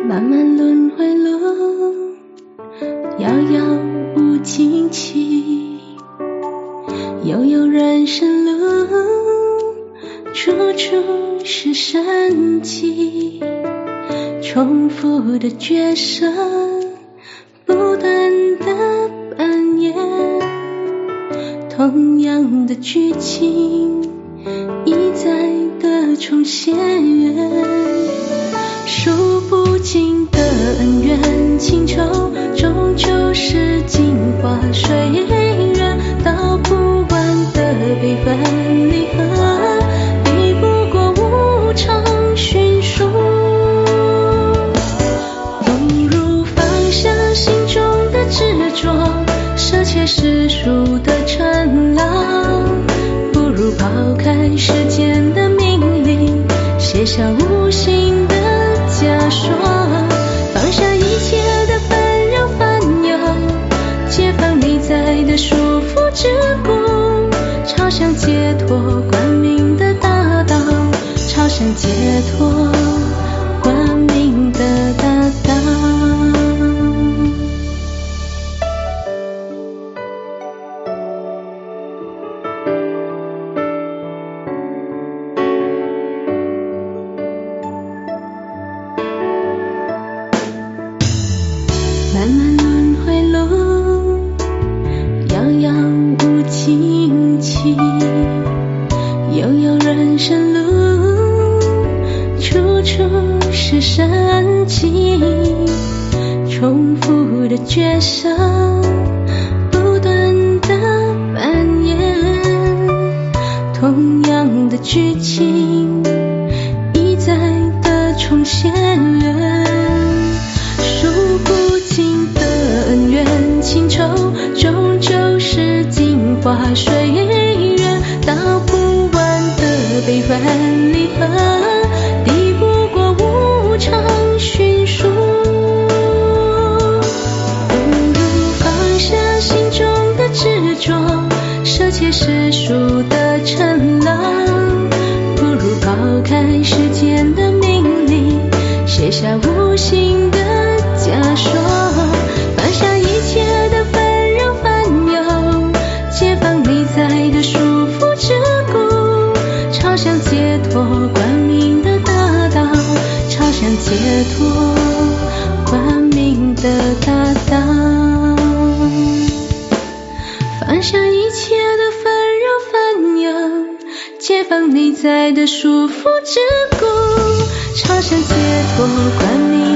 漫漫轮回路，遥遥无尽期，悠悠人生路，处处是生机。重复的角色，不断的扮演，同样的剧情一再的重现，数不尽的恩怨情仇，终究是镜花水月，道不完的悲欢离合，抵不过无常寻数。不如放下心中的执着，舍弃世俗的尘劳，不如抛开世间的名利，卸下无形的枷锁，放下一切的纷扰烦忧，解放内在的束缚桎梏，朝向解脱光明的大道，朝向解脱光明的大道。漫漫轮回路，遥遥无尽期，悠悠人生路，处处是生机。重复的角色，不断的扮演，同样的剧情一再的重现，数不尽的恩怨情仇，终究是镜花水月，道不完的悲欢离合，抵不过无常寻数。不如放下心中的执着，舍弃世俗的尘劳，不如抛开世间的名利，卸下无形的枷锁，放下一切的纷扰烦忧，解放内在的束缚桎梏，朝向解脱光明的大道，朝向解脱光明的大道。放下一切的纷扰烦忧，解放内在的束缚桎梏，朝向解脱光明